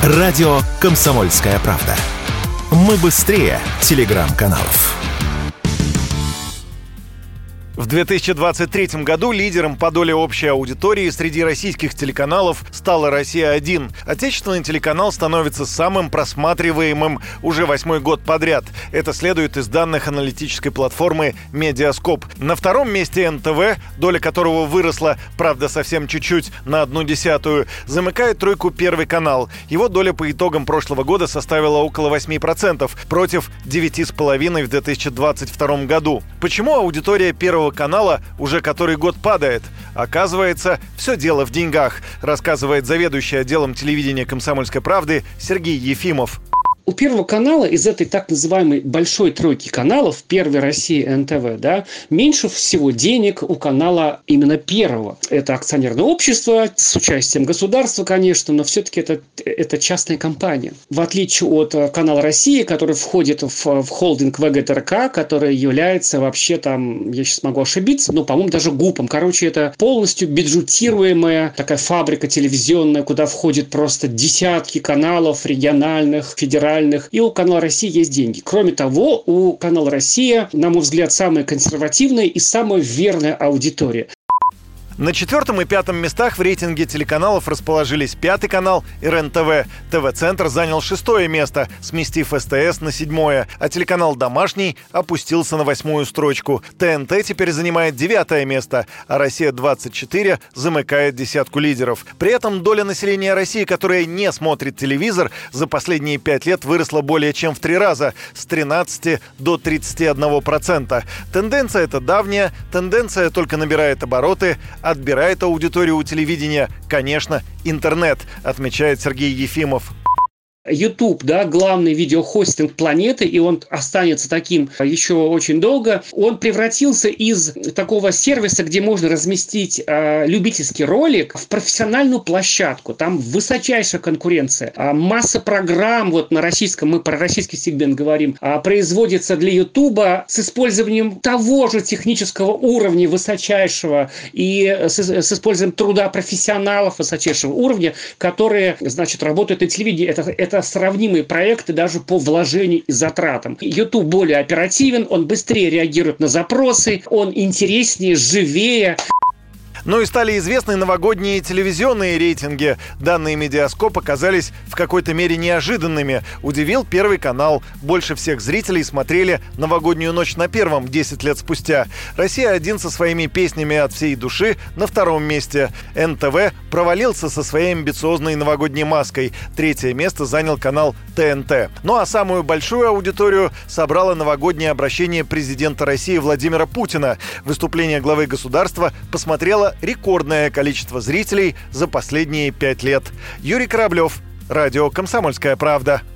Радио «Комсомольская правда». Мы быстрее телеграм-каналов. В 2023 году лидером по доле общей аудитории среди российских телеканалов стала «Россия-1». Отечественный телеканал становится самым просматриваемым уже 8-й год подряд. Это следует из данных аналитической платформы «Медиаскоп». На втором месте НТВ, доля которого выросла, правда, совсем чуть-чуть, на 0,1, замыкает тройку Первый канал. Его доля по итогам прошлого года составила около 8%, против 9,5% в 2022 году. Почему аудитория Первого канала уже который год падает? Оказывается, все дело в деньгах, рассказывает заведующий отделом телевидения «Комсомольской правды» Сергей Ефимов. У Первого канала из этой так называемой большой тройки каналов, Первый, Россия, НТВ, да, меньше всего денег у канала именно Первого. Это акционерное общество с участием государства, конечно, но все-таки это частная компания. В отличие от канала Россия, который входит в холдинг ВГТРК, который является вообще там, я сейчас могу ошибиться, но, по-моему, даже ГУПом. Короче, это полностью бюджетируемая такая фабрика телевизионная, куда входит просто десятки каналов региональных, федеральных. И у канала «Россия» есть деньги. Кроме того, у канала «Россия», на мой взгляд, самая консервативная и самая верная аудитория. На 4-м и 5-м местах в рейтинге телеканалов расположились Пятый канал и РЕН-ТВ. ТВ-центр занял 6-е место, сместив СТС на 7-е, а телеканал «Домашний» опустился на 8-ю строчку. ТНТ теперь занимает 9-е место, а «Россия-24» замыкает десятку лидеров. При этом доля населения России, которая не смотрит телевизор, за последние 5 лет выросла более чем в 3 раза, с 13 до 31%. Тенденция эта давняя, тенденция только набирает обороты. Отбирает аудиторию у телевидения, конечно, интернет, отмечает Сергей Ефимов. YouTube, да, главный видеохостинг планеты, и он останется таким еще очень долго. Он превратился из такого сервиса, где можно разместить любительский ролик, в профессиональную площадку. Там высочайшая конкуренция. Масса программ, вот на российском, мы про российский сегмент говорим, производится для YouTube с использованием того же технического уровня высочайшего и с использованием труда профессионалов высочайшего уровня, которые, значит, работают на телевидении. Это сравнимые проекты даже по вложению и затратам. YouTube более оперативен, он быстрее реагирует на запросы, он интереснее, живее. Ну и стали известны новогодние телевизионные рейтинги. Данные «Медиаскоп» оказались в какой-то мере неожиданными. Удивил Первый канал. Больше всех зрителей смотрели «Новогоднюю ночь» на Первом 10 лет спустя. «Россия-1» со своими песнями от всей души на 2-м месте. НТВ провалился со своей амбициозной новогодней маской. 3-е место занял канал ТНТ. Ну а самую большую аудиторию собрало новогоднее обращение президента России Владимира Путина. Выступление главы государства посмотрело рекордное количество зрителей за последние 5 лет. Юрий Кораблев, радио «Комсомольская правда».